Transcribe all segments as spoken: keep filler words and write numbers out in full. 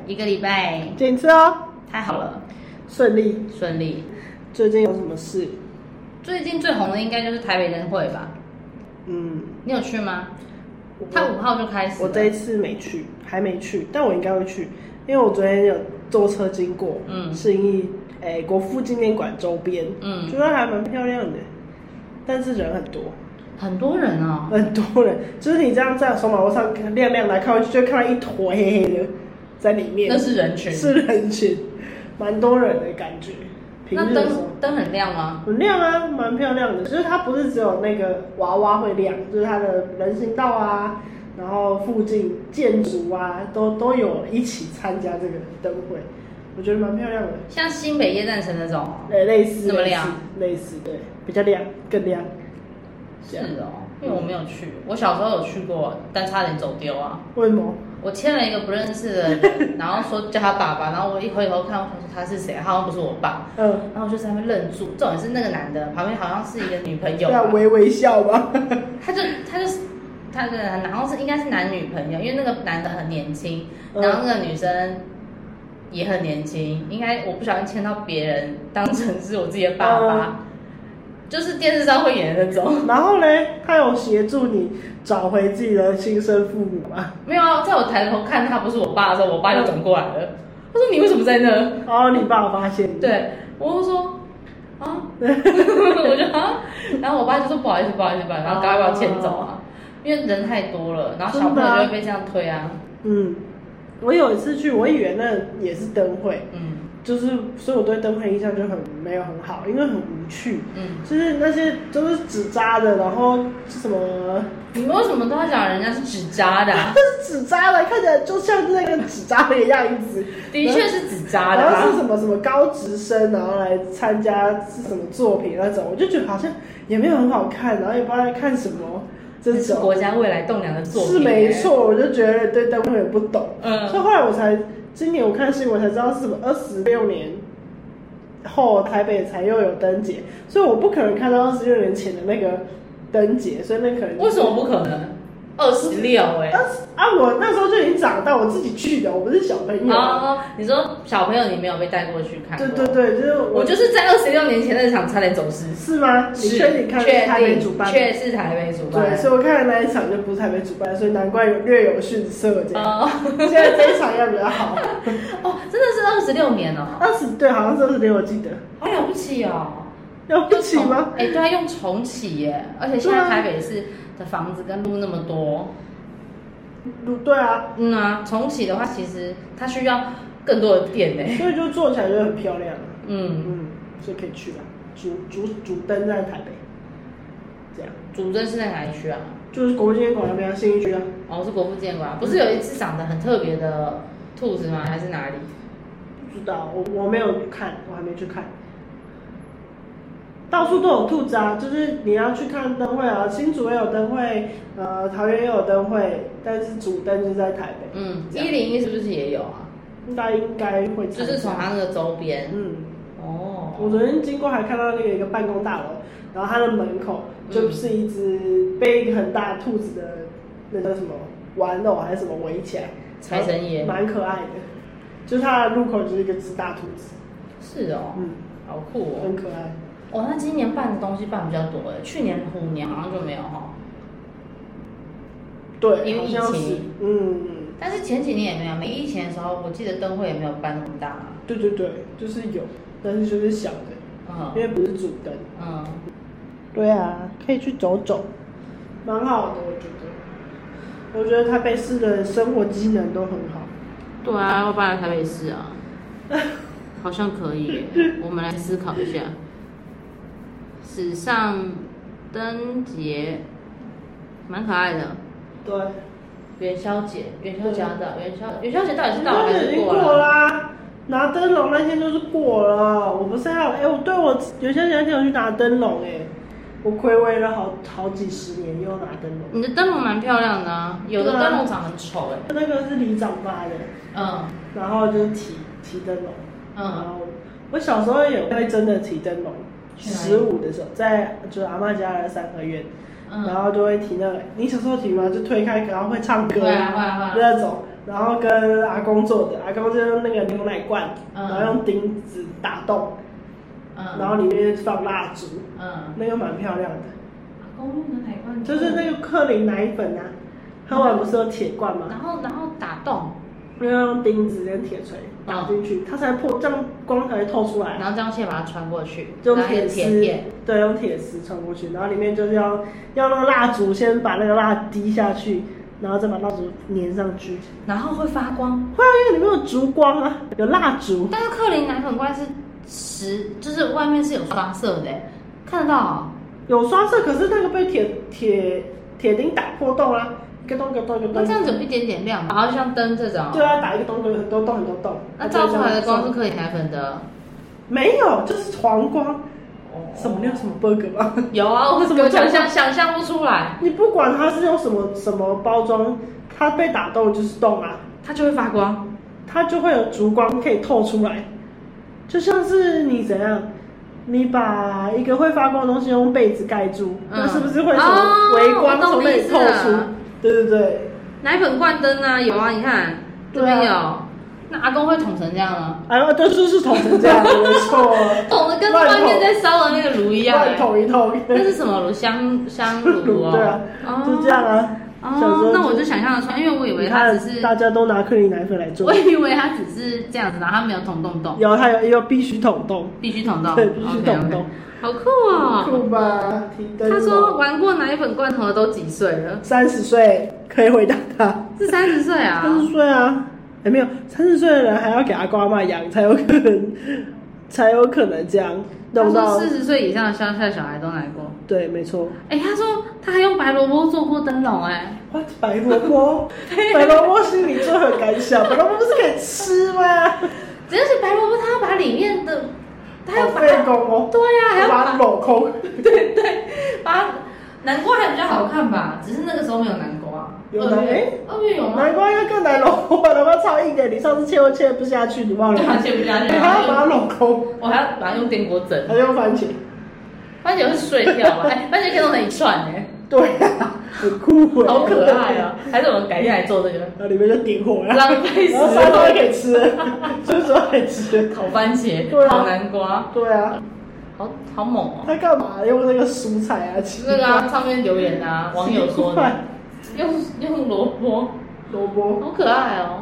一个礼拜， 检测哦， 太好了， 顺利顺利。 最近有什么事？ 最近最红的应该就是台北灯会吧？ 嗯， 你有去吗？他五号就开始了。 我这一次没去，还没去，但我应该会去，因为我昨天有坐车经过，嗯，信义诶国父纪念馆周边，嗯，觉得还蛮漂亮的，但是人很多。 很多人哦， 很多人，就是你这样在走马路上亮亮来看过去，就会看到一坨黑黑的在里面。 那是人群， 是人群，蛮多人的感觉。 那灯灯很亮吗？ 很亮啊，蛮漂亮的。就是它不是只有那个娃娃会亮，就是它的人行道啊，然后附近建筑啊，都都有一起参加这个灯会，我觉得蛮漂亮的。 像新北耶诞城那种， 对，类似那么亮， 类似对，比较亮，更亮。 是哦，因为我没有去，我小时候有去过，但差点走丢啊。 为什么？ 我牵了一个不认识的人，然后说叫他爸爸，然后我一回头看，我想说他是谁？他好像不是我爸。嗯，然后我就在那边愣住。重点是那个男的旁边好像是一个女朋友， 对啊，微微笑吧。 他就他就是他的，然后是应该是男女朋友，因为那个男的很年轻，然后那个女生也很年轻，应该我不小心牵到别人当成是我自己的爸爸。嗯，就是电视上会演的那种。 然后呢，他有协助你找回自己的亲生父母吗？ 没有啊，在我抬头看他不是我爸的时候，我爸就转过来了。他说：“你为什么在那？” 哦，你爸有发现你。 对，我就说啊，我就啊，然后我爸就说：“不好意思，不好意思，不好意思。”然后赶快把我牵走啊，因为人太多了，然后小朋友就会被这样推啊。 嗯，我有一次去，我以为那也是灯会。嗯。就是，所以我对灯会印象就很没有很好，因为很无趣。嗯，就是那些都是纸扎的，然后是什么？ 你们为什么都要讲人家是纸扎的、啊？ 是纸扎的，看起来就像那个纸扎的样子。 的确是纸扎的、啊。 然后是什么什么高职生，然后来参加是什么作品那种，我就觉得好像也没有很好看，然后也不知道在看什么。这是国家未来栋梁的作品。 是没错，我就觉得对灯会也不懂。嗯，所以后来我才。今年我看新闻才知道是什么二十六年后台北才又有灯节，所以我不可能看到二十六年前的那个灯节，所以那可能、就是、 为什么不可能？二十六哎， 啊！我那时候就已经长大，我自己去的，我不是小朋友。 哦，你说小朋友你没有被带过去看过？ 对对对，就是我, 我就是在二十六年前那场差点走失。 是吗？你确定看是台北主办？ 确是台北主办。 对，所以我看的那一场就不是台北主办，所以难怪有略有逊色这样。哦，现在这一场要比较好。 哦，真的是二十六年哦。 二十对，好像是二十六，我记得。 好了不起哦。 了不起吗？ 哎，对啊，用重启耶，而且现在台北市的房子跟路那么多。 对啊， 嗯啊，重启的话，其实它需要更多的电呢， 所以就做起来就很漂亮。嗯嗯，所以可以去吧。主主主灯在台北，这样。 主灯是在哪里区啊？ 就是国父纪念馆那边，信义区啊。 哦，是国父纪念馆，不是有一只长得很特别的兔子吗？还是哪里？ 不知道，我我没有看，我还没去看。到处都有兔子啊，就是你要去看灯会啊，新竹也有灯会，呃，桃园也有灯会，但是主灯就是在台北。 嗯，一零一是不是也有啊？ 应该应该会。 就是从它那个周边。 嗯。哦。我昨天经过还看到那个一个办公大楼，然后它的门口就是一只被一个很大兔子的那个什么玩偶还是什么围起来， 财神爷， 蛮可爱的。就是它的入口就是一个只大兔子。 是哦。嗯。好酷哦。 很可爱。 哦，那今年办的东西办比较多哎，去年虎年好像就没有哈。 对， 因为疫情， 嗯， 但是前几年也没有，没疫情的时候，我记得灯会也没有办那么大。 对对对，就是有，但是就是小的，嗯，因为不是主灯。嗯，对啊，可以去走走，蛮好的，我觉得。我觉得台北市的生活机能都很好。 对啊，要搬来台北市啊，好像可以耶，我们来思考一下。史上灯节，蛮可爱的。 对。 元宵节，元宵节的元宵，元宵节到底是到了还是过了？过啦，拿灯笼那天就是过了。我不是还有哎，我对我元宵节那天有去拿灯笼哎，我睽违了好好几十年又拿灯笼。 你的灯笼蛮漂亮的啊，有的灯笼长很丑哎。 那个是里长发的，嗯，然后就是提提灯笼，嗯，然后我小时候也会真的提灯笼。十五的时候，在就是阿嬷家的三合院，嗯、然后就会提那个，你小时候提吗？就推开，然后会唱歌， 会啊会啊会啊那种， 然后跟阿公做的，阿公就用那个牛奶罐，嗯、然后用钉子打洞，嗯、然后里面放蜡烛，嗯，那个蛮漂亮的。 阿公用牛奶罐， 就是那个克林奶粉啊，喝完不是有铁罐吗？ 然后然后打洞， 要用钉子跟铁锤打进去，嗯、它才破，这样光才会透出来。 然后这样先把它穿过去， 就用铁丝，对，用铁丝穿过去，然后里面就是要要那个蜡烛，先把那个蜡滴下去。然后再把蜡烛粘上去， 然后会发光。 会啊，因为里面有烛光啊，有蜡烛。 但是克林奶粉罐是实，就是外面是有刷色的，看得到、哦。 有刷色，可是那个被铁铁铁钉打破洞啦、啊，一个洞一个洞一个洞。 那这样子有一点点亮，然后就像灯这种。 对啊，打一个洞，很多洞很多洞。 那照出来的光是克林奶粉的？ 没有，就是黄光。什么你有什么 bug 吗？ 有啊，我怎么想象想象不出来。 你不管它是用什么什么包装，它被打洞就是洞啊， 它就会发光， 它就会有烛光可以透出来，就像是你怎样，你把一个会发光的东西用被子盖住，嗯、那是不是会什么微光从那里透出？哦、对对对， 奶粉罐灯啊，有啊，你看这边有。那阿公会捅成这样吗？ 哎，对，是是捅成这样，没错。 捅的跟外面在烧的那个炉一样。 乱捅一捅。 那是什么炉？香香炉哦。 对啊，就这样啊。 哦，那我就想象得出来，因为我以为它只是大家都拿克林奶粉来做。 我以为它只是这样子，然后它没有捅洞洞。 有，它有有必须捅洞， 必须捅洞， 对，必须捅洞。 好酷哦！ 酷吧？ 他说玩过奶粉罐头的都几岁了？ 三十岁，可以回答他。 是三十岁啊？ 三十岁啊。哎，没有，三十岁的人还要给阿公阿嬤养，才有可能，才有可能这样弄到。 他说四十岁以上的乡下小孩都来过。对， 没错。 哎，他说他还用白萝卜做过灯笼，哎。 What？ 白萝卜？白萝卜心里作何感想？白萝卜不是可以吃吗？ 只要是白萝卜，他要把里面的，他要把费工哦。 对呀、啊，还要把它镂空。 对对，把南瓜还比较好看吧，只是那个时候没有南瓜。 有南哎， 二月有吗？ 南瓜应该更难镂，南瓜超硬的，你上次切都切不下去，你忘了？ 它切不下去， 你还要把它镂空， 我还要把它用电锅整， 还用番茄， 番茄会碎掉吧？哎，番茄可以弄成一串哎。 对啊，很酷哎， 好可爱啊！还是我们改天来做这个？ 然后里面就点火， 浪费食物， 然后沙拉可以吃，就是说可以吃。 烤番茄，烤南瓜， 对啊。 好好猛哦！ 他干嘛用那个蔬菜啊？ 那个啊，上面留言啊，网友说的，用用萝卜， 萝卜， 好可爱哦。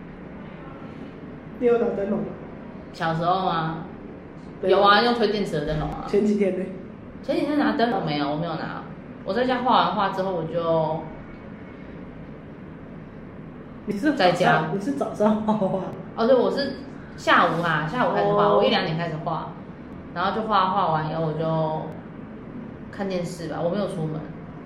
你有拿灯笼吗？ 小时候吗？有啊，用推电池的灯笼啊。 前几天呢？ 前几天拿灯笼没有？我没有拿。我在家画完画之后，我就你是在家？ 你是早上画画？ 哦，对，我是下午啊，下午开始画，哦、我一两点开始画。然后就画画完以后，我就看电视吧，我没有出门。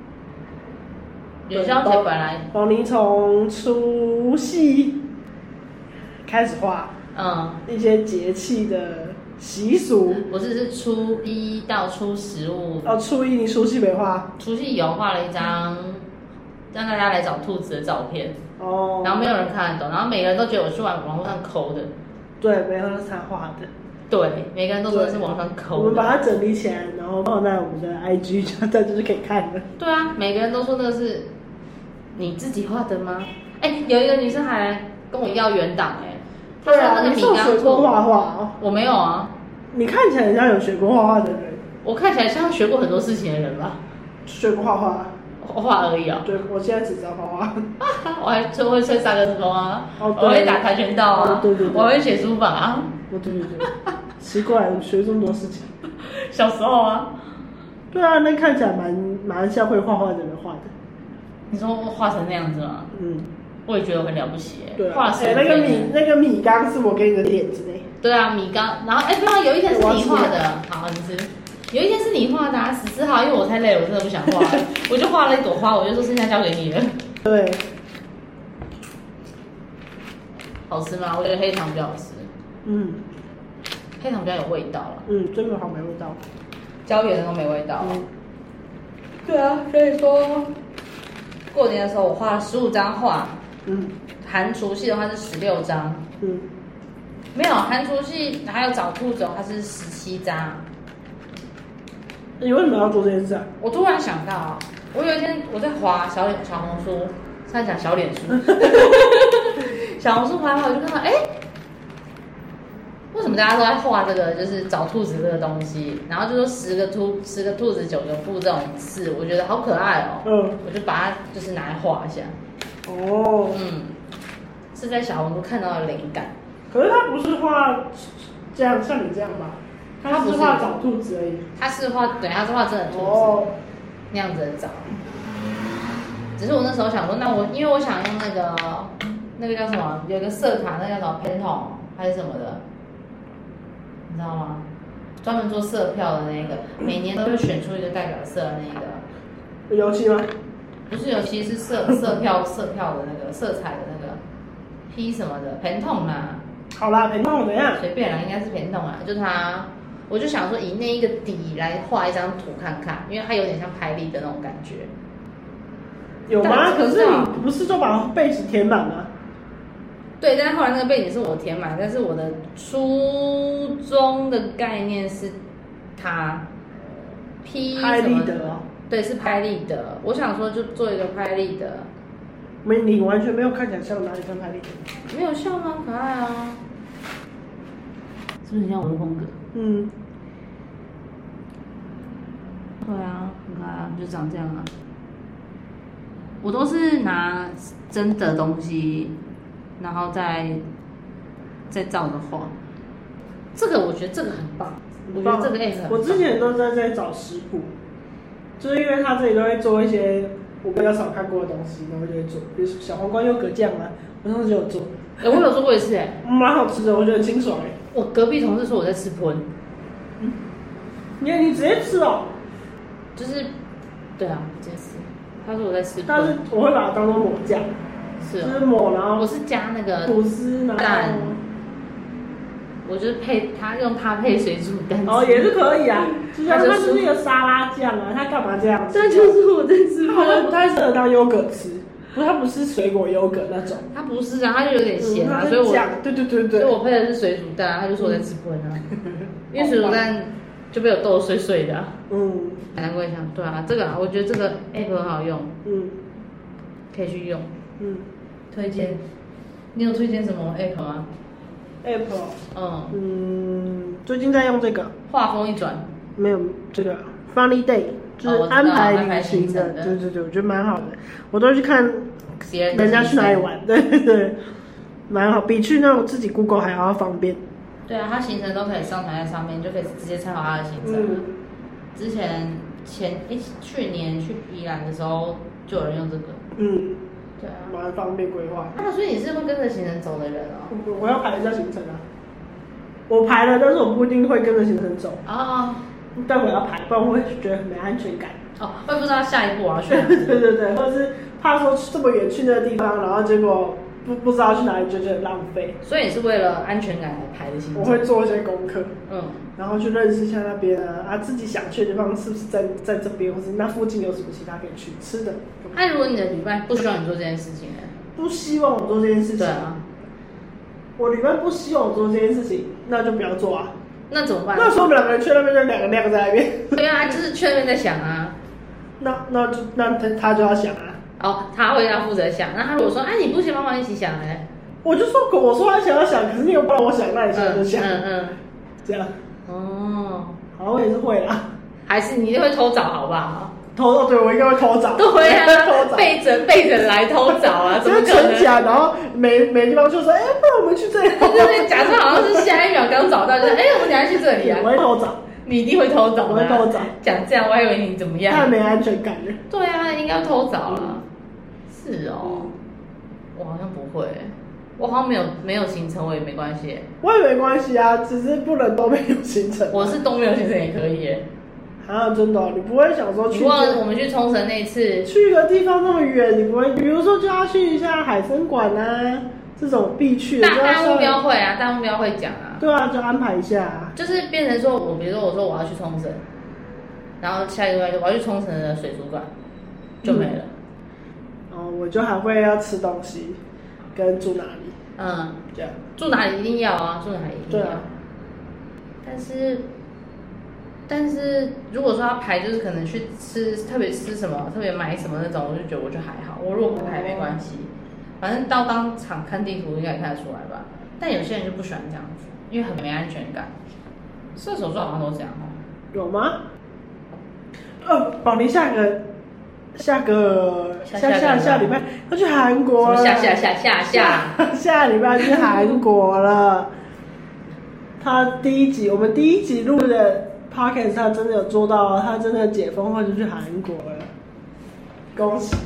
元宵节本来， 宝妮从除夕开始画， 嗯，一些节气的习俗。 不是，是初一到初十五。 哦，初一你除夕没画？ 除夕有画了一张让大家来找兔子的照片。 哦。 然后没有人看得懂，然后每个人都觉得我是往网络上抠的。 对，没有人是他画的。 对，每个人都说是网上抠的。 我们把它整理起来，然后放在我们的 I G， 就大家就是可以看的。 对啊，每个人都说那个是你自己画的吗？哎，有一个女生还跟我要原档哎，她说那个米缸学过画画哦。 我没有啊。 你看起来很像有学过画画的人。 我看起来像学过很多事情的人吧？ 学过画画。 画画而已啊、哦。 对，我现在只知道画画。 我还就会吹萨克斯风啊， 哦、 我会打跆拳道啊， 哦、对对对， 我会写书法啊。 哦对对对，奇怪，学这么多事情。 小时候啊。 对啊，那看起来蛮蛮像会画画的人画的。 你说画成那样子吗？嗯。我也觉得我很了不起哎、欸。 对、啊。 画成、欸、 那个米那个米缸是我给你的点子嘞。 对啊，米缸，然后哎，不知道有一天是你画的，好，你吃。有一天是你画的、啊，十四号，因为我太累了，我真的不想画了，我就画了一朵花，我就说剩下交给你了。 对。 好吃吗？我觉得黑糖比较好吃。嗯。黑糖比较有味道了。 嗯，这个好没味道。 椒盐的都没味道。嗯。对啊，所以说过年的时候我画了十五张画。嗯。含除夕的话是十六张。嗯。没有含除夕还有找兔子，它是十七张。 你为什么要做这件事啊？ 我突然想到、啊，我有一天我在滑小脸小红书，在讲小脸书， 小红书滑一滑，我就看到，哎、欸，为什么大家都在画这个，就是找兔子这个东西？然后就说十个兔，十个兔子九个富这种字，我觉得好可爱哦。嗯，我就把它就是拿来画一下。哦，嗯，是在小红书看到的灵感。 可是他不是画这样，像你这样吧？他不是画找兔子而已。 他是画，对，他是画真的兔子，哦、那样子的找。只是我那时候想说，那我因为我想用那个那个叫什么，有一个色卡，那个叫什么 Pantone 还是什么的，你知道吗？专门做色票的那个，每年都会选出一个代表色的那个。 油漆吗？ 不是油漆，是色色票色票的那个色彩的那个 P 什么的 Pantone 啦。 好啦 ，Pantone 怎样？ 随便啦，应该是 Pantone 啦，就它。我就想说以那一个底来画一张图看看，因为它有点像拍立的那种感觉。 有吗？可是你不是就把背景填满吗？ 对，但是后来那个背景是我填满，但是我的初衷的概念是它 P 拍立得哦。 对，是拍立得。我想说就做一个拍立得。 没，你完全没有看起来像哪里像拍立得。 没有像吗？可爱啊！是不是很像我的风格？嗯。对啊，很可爱啊，就长这样啊。我都是拿真的东西，然后再再照着画。这个我觉得这个很棒，我觉得这个 app 很棒。 我之前都在在找食谱，就是因为他这里都会做一些我比较少看过的东西，然后就会做，比如小黄瓜优格酱啊，我上次就有做。 哎、欸，我有做过一次哎、欸， 蛮好吃的，我觉得很清爽哎、欸。 我隔壁同事说我在吃喷， 嗯，你你直接吃哦？ 就是，对啊，直接吃。他说我在吃， 但是我会把它当做抹酱， 是、哦， 就是抹，然后我是加那个吐司，然后蛋， 我就是配它用它配水煮蛋， 哦也是可以啊，就像它就是一个沙拉酱啊，它干嘛这样吃？ 这就是我在吃， 它不太适合当优格吃，不，它不是水果优格那种， 它不是啊，它就有点咸啊， 嗯、 所以我对对对对， 所以我配的是水煮蛋，他就说我在吃喷啊，因为水煮蛋就被我逗得碎碎的、啊，嗯，难怪想对啊，这个啊，我觉得这个 app 很好用，嗯。可以去用，嗯，推荐。你有推荐什么 app 吗 ？app， 嗯嗯，最近在用这个。 画风一转， 没有这个 Funny Day， 就是安排旅行的，哦、对对对，我觉得蛮好的。我都去看人家去哪里玩，对对对，蛮好，比去那种自己 Google 还要方便。 对啊，它行程都可以上传在上面，就可以直接参考它的行程。嗯、之前前诶去年去宜兰的时候。就有人用这个，嗯，对啊， 蛮方便规划。 啊，所以你是会跟着行程走的人哦？ 我, 我要排一下行程啊，我排了，但是我不一定会跟着行程走啊。但我要排，不然我会觉得很没安全感。 哦，我也不知道下一步我要去哪。 对对对，或者是怕说这么远去那个地方，然后结果不不知道去哪里，就觉得浪费。 所以你是为了安全感来排的行程？ 我会做一些功课，嗯，然后去认识一下那边啊，啊，自己想去的地方是不是在在这边，或是那附近有什么其他可以去吃的。 那、啊、如果你的旅伴不希望你做这件事情呢？ 不希望我做这件事情，对啊，我旅伴不希望我做这件事情，那就不要做啊。 那怎么办？ 那时候我们两个人去那边就两个晾在那边。 对啊，就是去那边在想啊。 那那就那他他就要想啊。 哦，他会要负责想。那他如果说，哎、啊，你不行，帮忙一起想呢？ 我就说，我说他想要想，可是你又不让我想，那你现在就想。嗯 嗯, 嗯。这样。哦。好，我也是会啦。 还是你就会偷找，好不好？ 偷对，我应该会偷找。 对啊，偷找。背着背着来偷找啊，怎么可能？ 假，然后每每地方就说，哎、欸，不然我们去这里。 对对对，假装好像是下一秒刚找到，就哎、欸，我们等下去这里啊。 我会偷找。 你一定会偷找。 我会偷找。 讲这样，我还以为你怎么样？ 太没安全感了。 对啊，应该要偷找了。嗯、是哦，我好像不会。我好像没有没有行程，我也没关系。 我也没关系啊，只是不能都没有行程。 我是都没有行程也可以耶。 啊，真的、哦，你不会想说去？ 你忘了我们去冲绳那一次， 去一个地方那么远，你不会，比如说就要去一下海参馆啊，这种必去的。 大大目标会啊，大目标会讲啊。 对啊，就安排一下、啊。 就是变成说我，比如说我说我要去冲绳，然后下一个月我要去冲绳的水族馆，就没了。 嗯、哦，我就还会要吃东西，跟住哪里。 嗯，这样。住哪里一定要啊，住哪里一定要。对啊。但是。但是如果说要排，就是可能去吃，特别吃什么，特别买什么那种，我就觉得我就还好。我如果不排没关系， 反正到当场看地图应该也看得出来吧。但有些人就不喜欢这样子，因为很没安全感。射手座好像都这样哦。 有吗？呃，宝妮下个下个下下下礼拜要去韩国了。 下下下下下下礼拜去韩国了。他第一集我们第一集录的 podcast， 他真的有做到，他真的解封后就去韩国了，恭喜！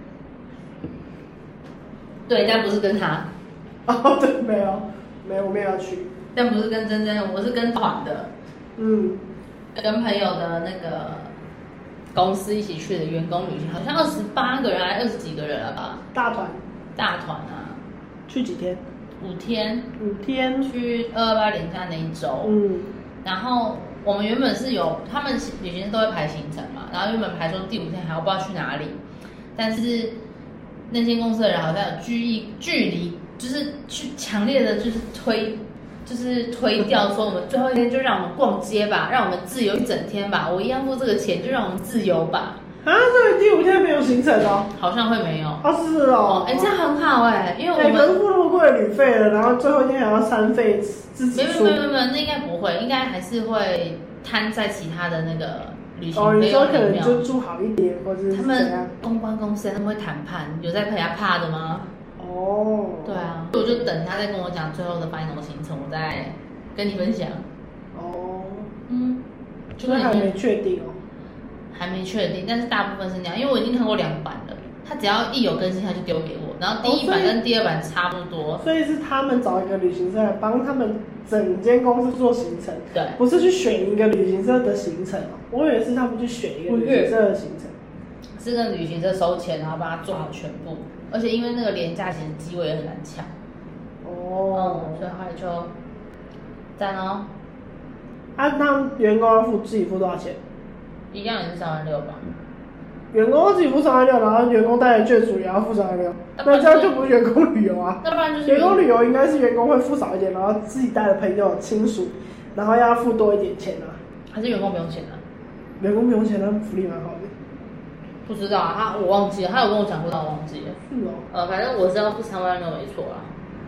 对，但不是跟他。 哦，对，没有，没有，我没有要去。 但不是跟珍珍，我是跟团的。 嗯， 跟朋友的那个公司一起去的员工旅行，好像二十八个人还二十几个人了吧？ 大团。大团啊。 去几天？ 五天。 五天。 去二二八连假那一周。 嗯。 然后我们原本是有他们旅行社都会排行程嘛，然后原本排说第五天还要不知道去哪里，但是那间公司的人好像有距离距离，就是去强烈的就是推。就是推掉说我们最后一天就让我们逛街吧，让我们自由一整天吧，我一样付这个钱，就让我们自由吧。 啊，所以第五天没有行程哦？ 好像会没有。 哦，是哦。 哎、欸，这样很好哎、欸，因为我们、 欸、付那么贵的旅费了，然后最后一天还要餐费自己出。 没有没有没有，那应该不会，应该还是会摊在其他的那个旅行哦， 费用里面。 你说可能就住好一点，或者是他们公关公司他们会谈判，有在陪他怕的吗？ 哦， 对啊，我就等他再跟我讲最后的 final 行程，我再跟你分享。 哦， 嗯， 就是还没确定哦。 还没确定，但是大部分是那样，因为我已经看过两版了。他只要一有更新，他就丢给我，然后第一版跟第二版差不多。 哦、所, 所以是他们找一个旅行社来帮他们整间公司做行程， 对， 不是去选一个旅行社的行程哦。我以为是他们去选一个旅行社的行程， 是跟旅行社收钱，然后帮他做好全部。而且因为那个廉价，其实机位也很难抢。哦、嗯，所以后来就赞哦。 啊，那员工要付自己付多少钱？ 一样也是三万六吧。 员工自己付三万六，然后员工带的眷属也要付三万六，那这样就不是员工旅游啊。 那不然就是员工旅游应该是员工会付少一点，然后自己带的朋友亲属，然后要付多一点钱啊。 还是员工不用钱啊？ 员工不用钱，他们福利蛮好的。 不知道啊，他我忘记了，他有跟我讲过，但我忘记了。 是哦。 呃，反正我是要付三万六没错啦。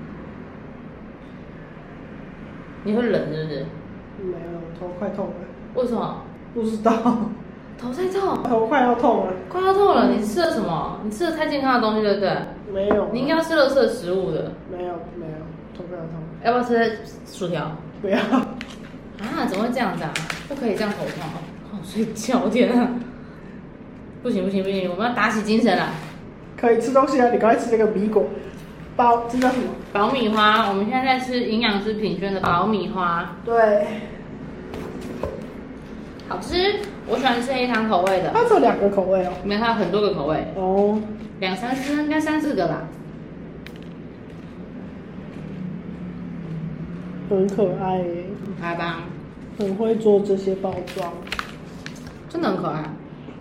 你会冷是不是？ 没有，头快痛了。 为什么？ 不知道。 头在痛， 头快要痛了， 快要痛了。你吃了什么？你吃了太健康的东西，对不对？ 没有。你应该要吃垃圾食物的。 没有，没有，头快要痛。 要不要吃薯条？ 不要。 啊，怎么会这样子啊？不可以这样头痛啊！好睡觉，天啊！不行不行不行，我们要打起精神来。 可以吃东西啊！你刚才吃那个米果包，这叫什么？ 爆米花。我们现在在吃营养师品轩的爆米花。 对。 好吃，我喜欢吃黑糖口味的。 它只有两个口味哦。 没有，它有很多个口味。哦。两三四，应该三四个吧。 很可爱耶。 很可爱吧？ 很会做这些包装。 真的很可爱。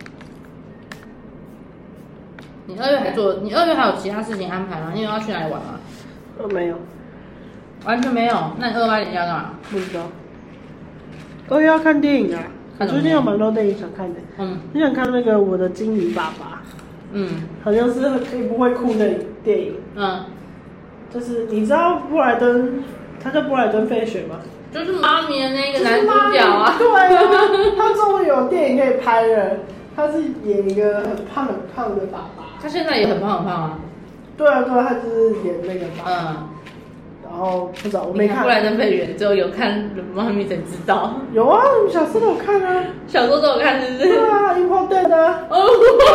你二月还做？你二月还有其他事情安排吗？你有要去哪里玩吗？ 呃，没有。 完全没有。那你二八年要干嘛？ 不知道。二月要看电影啊。我最近有蛮多电影想看的，嗯，你想看那个《我的金鱼爸爸》，嗯，好像是一部会哭的电影，嗯，就是你知道布莱登，他叫布莱登·费雪吗？ 就是妈咪的那个男主角啊， 对啊，他终于有电影可以拍了，他是演一个很胖很胖的爸爸， 他现在也很胖很胖啊， 对啊对啊，他就是演那个爸爸，嗯。然后不知道，我没看。布莱登·费雪之后有看妈咪才知道。 有啊，小时候都有看啊。 小时候都有看，是不是？ 对啊，Important 啊。哦。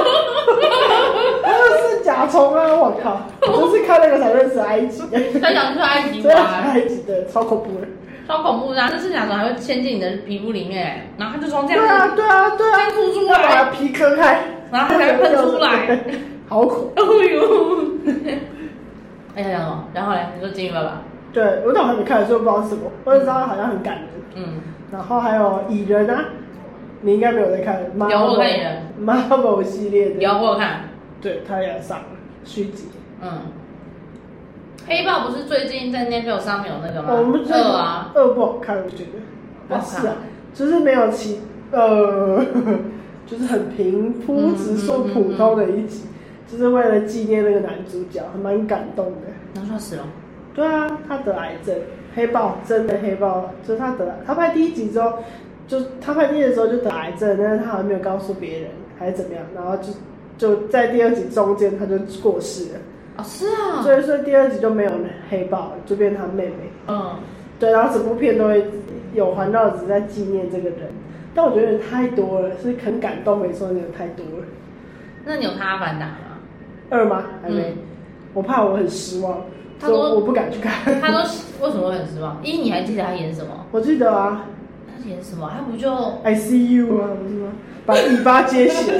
那个是甲虫啊！我靠，我就是看那个才认识埃及。 才想去埃及玩。埃及的超恐怖的。 超恐怖的、啊，那是甲虫还会嵌进你的皮肤里面，然后它就从这样。 对啊对啊对啊。 吐出来。 把皮割开， 然后还喷出来。 好恐。 哎呦。哎呀，讲什么？然后嘞，你说金鱼爸爸。 对，我但我还没看，所以不知道是什么。我只知道好像很感人。嗯。然后还有蚁人啊，你应该没有在看。 有我看蚁人。 Marvel 系列的。 有我有看。 对，他也上了续集。嗯。 黑豹不是最近在 Netflix 上面有那个吗？ 我们二啊。 二不好看，我觉得。不好看。是啊，就是没有其呃，就是很平铺直说普通的一集。 就是为了纪念那个男主角，还蛮感动的。 男主角死了？ 对啊，他得癌症，黑豹真的黑豹，就是他得，他拍第一集之后，就他拍第一集之后就得癌症，但是他好像没有告诉别人，还是怎么样，然后就就在第二集中间他就过世了。 哦，是啊。 所以说第二集就没有黑豹，就变他妹妹。嗯，对，然后整部片都会有环绕只在纪念这个人，但我觉得太多了，是很感动，没错，真的太多了。 那你有看《阿凡达》吗？ 二吗？还没。嗯、我怕我很失望，所以我不敢去看。 他都为什么会很失望？一你还记得他演什么？ 我记得啊。 他演什么？他不就 I see you 啊，不是吗？把尾巴接起来。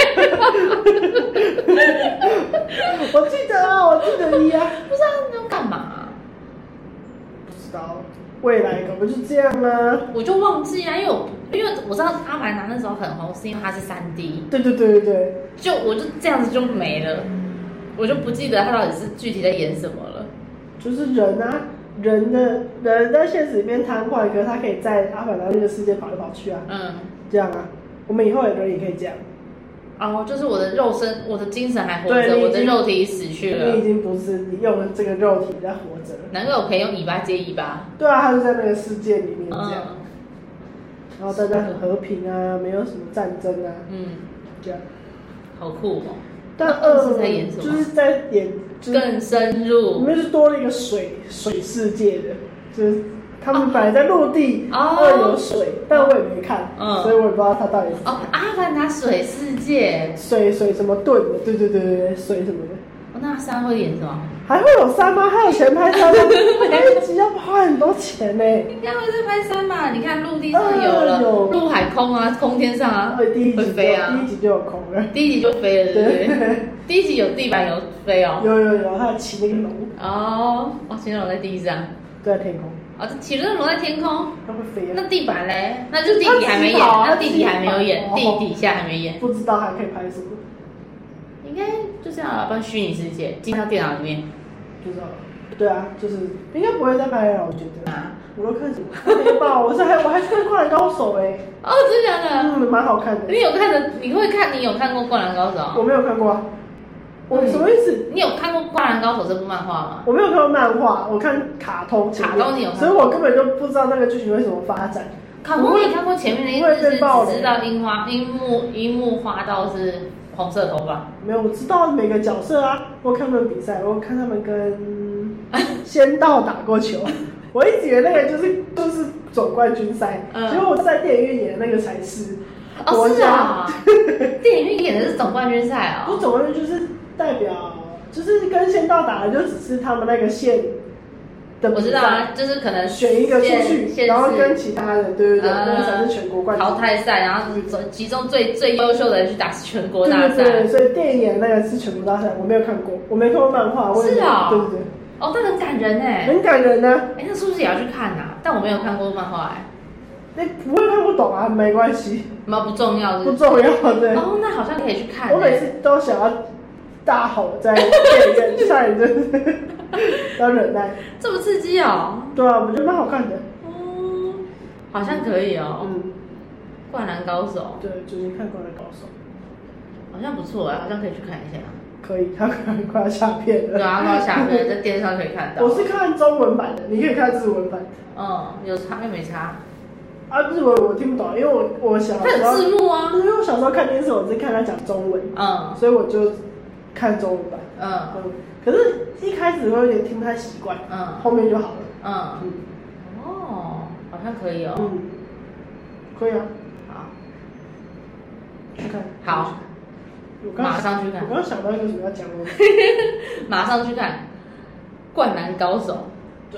我记得啊，我记得一啊。 不知道他要干嘛、啊？ 不知道，未来可不就这样啊？ 我就忘记啊，因为我因为我知道阿凡达那时候很红，是因为它是三 D。 对对对对对。 就我就这样子就没了，我就不记得他到底是具体在演什么了。 就是人啊，人的人在现实里面瘫痪，可是他可以在阿凡达那个世界跑来跑去啊。嗯。这样啊，我们以后有人也可以这样。 哦，就是我的肉身，我的精神还活着，我的肉体死去了。 你已经不是你用了这个肉体在活着了。 难怪我可以用尾巴接尾巴。 对啊，他就在那个世界里面这样。嗯、然后大家很和平啊，没有什么战争啊。嗯。这样。 好酷哦！ 但二是在演什么？ 就是在演、就是、 更深入， 里面是多了一个水水世界的，就是他们本来在陆地， 哦， 二有水，但我也没看，嗯，所以我也不知道它到底是哦，阿凡达水世界， 水水什么盾的，对对对对，水什么的。 哦，那三会演什么？ 还会有三吗？还有钱拍三吗？那一集要花很多钱呢。 应该会是拍三吧？你看陆地上有了，陆海空啊，空天上啊， 会第一集会飞啊， 第一集就有空了， 第一集就飞了，对不对？第一集有地板有飞哦， 有有有，他骑那个龙。 哦，哦，骑那龙在地上， 在天空。 哦，骑那龙在天空， 它会飞啊。 那地板嘞？那就弟弟还没演，那弟弟还没有演，地底下还没演， 不知道还可以拍什么。 应该就这样了，不然虚拟世界进到电脑里面， 不知道。对啊，就是应该不会再拍了，我觉得。啊，我都看什么？黑豹，我是还我还看《灌篮高手》哎。 哦，真的假的？ 嗯，蛮好看的。 你有看的？你会看？你有看过《灌篮高手》？ 我没有看过啊。我什么意思？ 你有看过《灌篮高手》这部漫画吗？ 我没有看过漫画，我看卡通。 卡通你有看过？ 所以我根本就不知道那个剧情会怎么发展。 卡通你看过前面的一只是只知道樱花樱木樱木花道是红色头发。 没有，我知道每个角色啊，我看他们比赛，我看他们跟仙道打过球。我一直以为那个就是就是总冠军赛，嗯、结果我在电影院演的那个才是。 哦，是啊，电影院演的是总冠军赛哦。 不，总冠军就是代表，就是跟仙道打的就只是他们那个县的比赛。 我知道啊，就是可能选一个出去，然后跟其他人，对对对，呃、那个才是全国冠军。 淘汰赛，然后其中最最优秀的人去打全国大赛。 对对对，所以电影演的那个是全国大赛，我没有看过，我没看过漫画。 是啊、哦， 对对对。 哦，那很感人哎， 很感人呢、啊。 哎，那是不是也要去看啊？但我没有看过漫画哎。 你不会看不懂啊，没关系， 那不重要是不是，不重要对。 哦，那好像可以去看。 我每次都想要大吼在电影院，差点真是要忍耐。 这么刺激哦？ 对啊，我觉得蛮好看的。 哦，好像可以哦。嗯，灌篮高手。 对，最近看灌篮高手， 好像不错哎，好像可以去看一下。 可以，他可能快要下片了。 对啊，快要下片，在电视上可以看到。 我是看中文版的，你可以看日文版的。 嗯，有差又没差。 啊，日文我听不懂，因为我我小时候它有字幕啊。 因为我小时候看电视，我是看他讲中文，嗯，所以我就看中文版，嗯嗯。可是一开始会有点听不太习惯，嗯，后面就好了，嗯嗯。哦，好像可以哦。嗯， 可以啊。 好， 去看。 好。马上去看。 我刚想到一个什么要讲的。 马上去看《灌篮高手》。 对。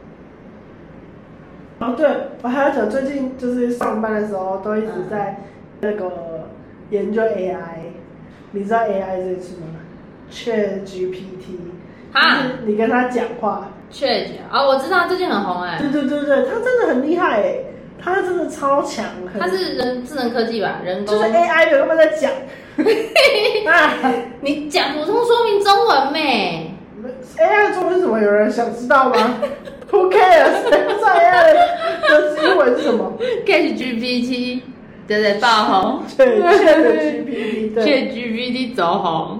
哦，对，我还要讲，最近就是上班的时候都一直在那个研究 A I，、嗯、你知道 A I 这个词吗 ？Chat G P T， 就是你跟他讲话。 Chat 啊、哦，我知道，最近很红哎。 对对对对，他真的很厉害哎，他真的超强。 他是人智能科技吧？人工。 就是 A I 有没有在讲？ 啊，你讲普通说明中文咩 ？A I 中文是什么？有人想知道吗？Who cares？ 谁不知道 A I 的英文是什么 ？Chat G P T 对对爆红， 对 ，Chat G P T 对 ，Chat G P T 走红。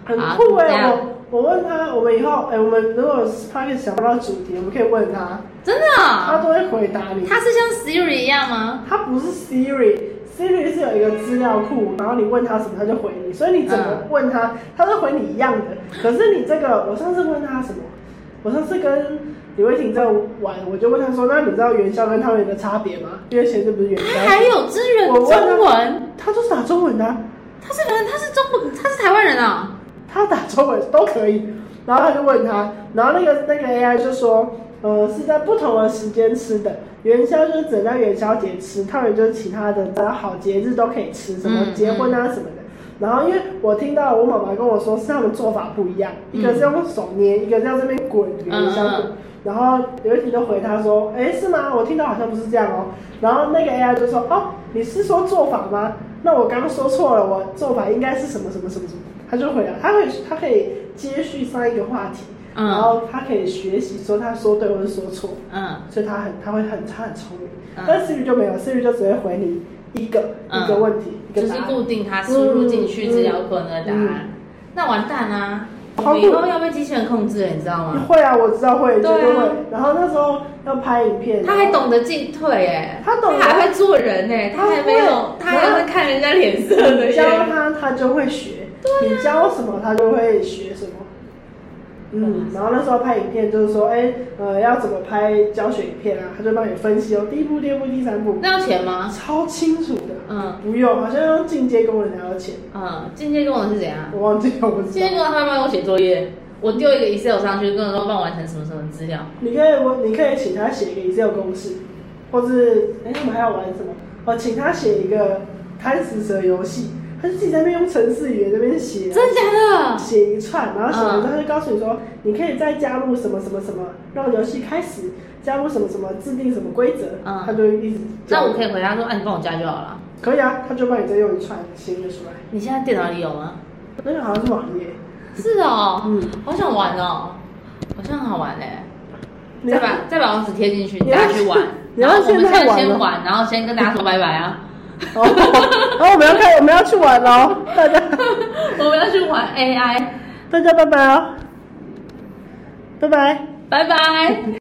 很酷哎、欸！我我问他，我们以后哎、欸，我们如果他可以想不到主题，我们可以问他， 真的、哦， 他都会回答你。 他是像 Siri 一样吗？ 他不是 Siri。Siri 是有一个资料库，然后你问他什么，他就回你，所以你怎么问他，嗯、他都回你一样的。可是你这个，我上次问他什么？我上次跟李慧婷在玩，我就问他说：“那你知道元宵跟汤圆的差别吗？因为前阵不是元宵。” 他还有支援中文， 他都是打中文的、啊。 他是人，他是中文，他是台湾人啊。 他打中文都可以，然后他就问他，然后那个那个 A I 就说。呃，是在不同的时间吃的。元宵就是只在元宵节吃，汤圆就是其他的，只要好节日都可以吃，什么结婚啊什么的。嗯嗯、然后因为我听到我妈妈跟我说，是他们做法不一样，嗯、一个是用手捏，一个是要这边滚元宵滚。嗯嗯、然后有一题就回他说，哎，是吗？我听到好像不是这样哦。然后那个 A I 就说，哦，你是说做法吗？那我刚刚说错了，我做法应该是什么什么什么什么。他就回答，他会他可以接续上一个话题。嗯、然后他可以学习说他说对或是说错，嗯，所以他很他会很他很聪明，嗯、但是 Siri 就没有 ，Siri 就只会回你一个、嗯、一个问题，一个就是固定他输入进去资料库的答案，嗯嗯、那完蛋啊！我们以后要被机器人控制了，你知道吗？ 会啊，我知道会，绝对会。然后那时候要拍影片， 他还懂得进退哎， 他懂， 他还会做人哎，他还没有，他还会看人家脸色的。 你教他，他就会学；啊、你教什么，他就会学什么。嗯，然后那时候拍影片就是说，哎，呃，要怎么拍教学影片啊？他就帮你分析哦，第一步、第二步、第三步。 那要钱吗？ 超清楚的。嗯，不用，好像用进阶功能才要钱。 嗯，进阶功能是怎样？ 我忘记了，我不知道。 进阶功能他会帮我写作业，我丢一个 Excel 上去，跟人说帮我完成什么什么资料。 你可以，我你可以请他写一个 Excel 公式，或是哎，我们还要玩什么？哦，请他写一个贪食蛇游戏。他就自己在那边用程式语言在那边写， 真的假的？ 写一串，然后写完之后他就告诉你说，嗯、你可以再加入什么什么什么，让游戏开始，加入什么什么，制定什么规则，嗯、他就一直。 那我可以回答说，啊，你帮我加就好了。 可以啊，他就帮你再用一串新的出来。 你现在电脑里有吗？ 那个好像是网页。 是哦，嗯，好想玩哦，好像很好玩嘞。再把再把网址贴进去，大家去玩。然后我们现在先玩，然后先跟大家说拜拜啊。 哦，然后我们要开，我们要去玩喽，大家， 我们要去玩 A I， 大家拜拜哦，拜拜， 拜拜。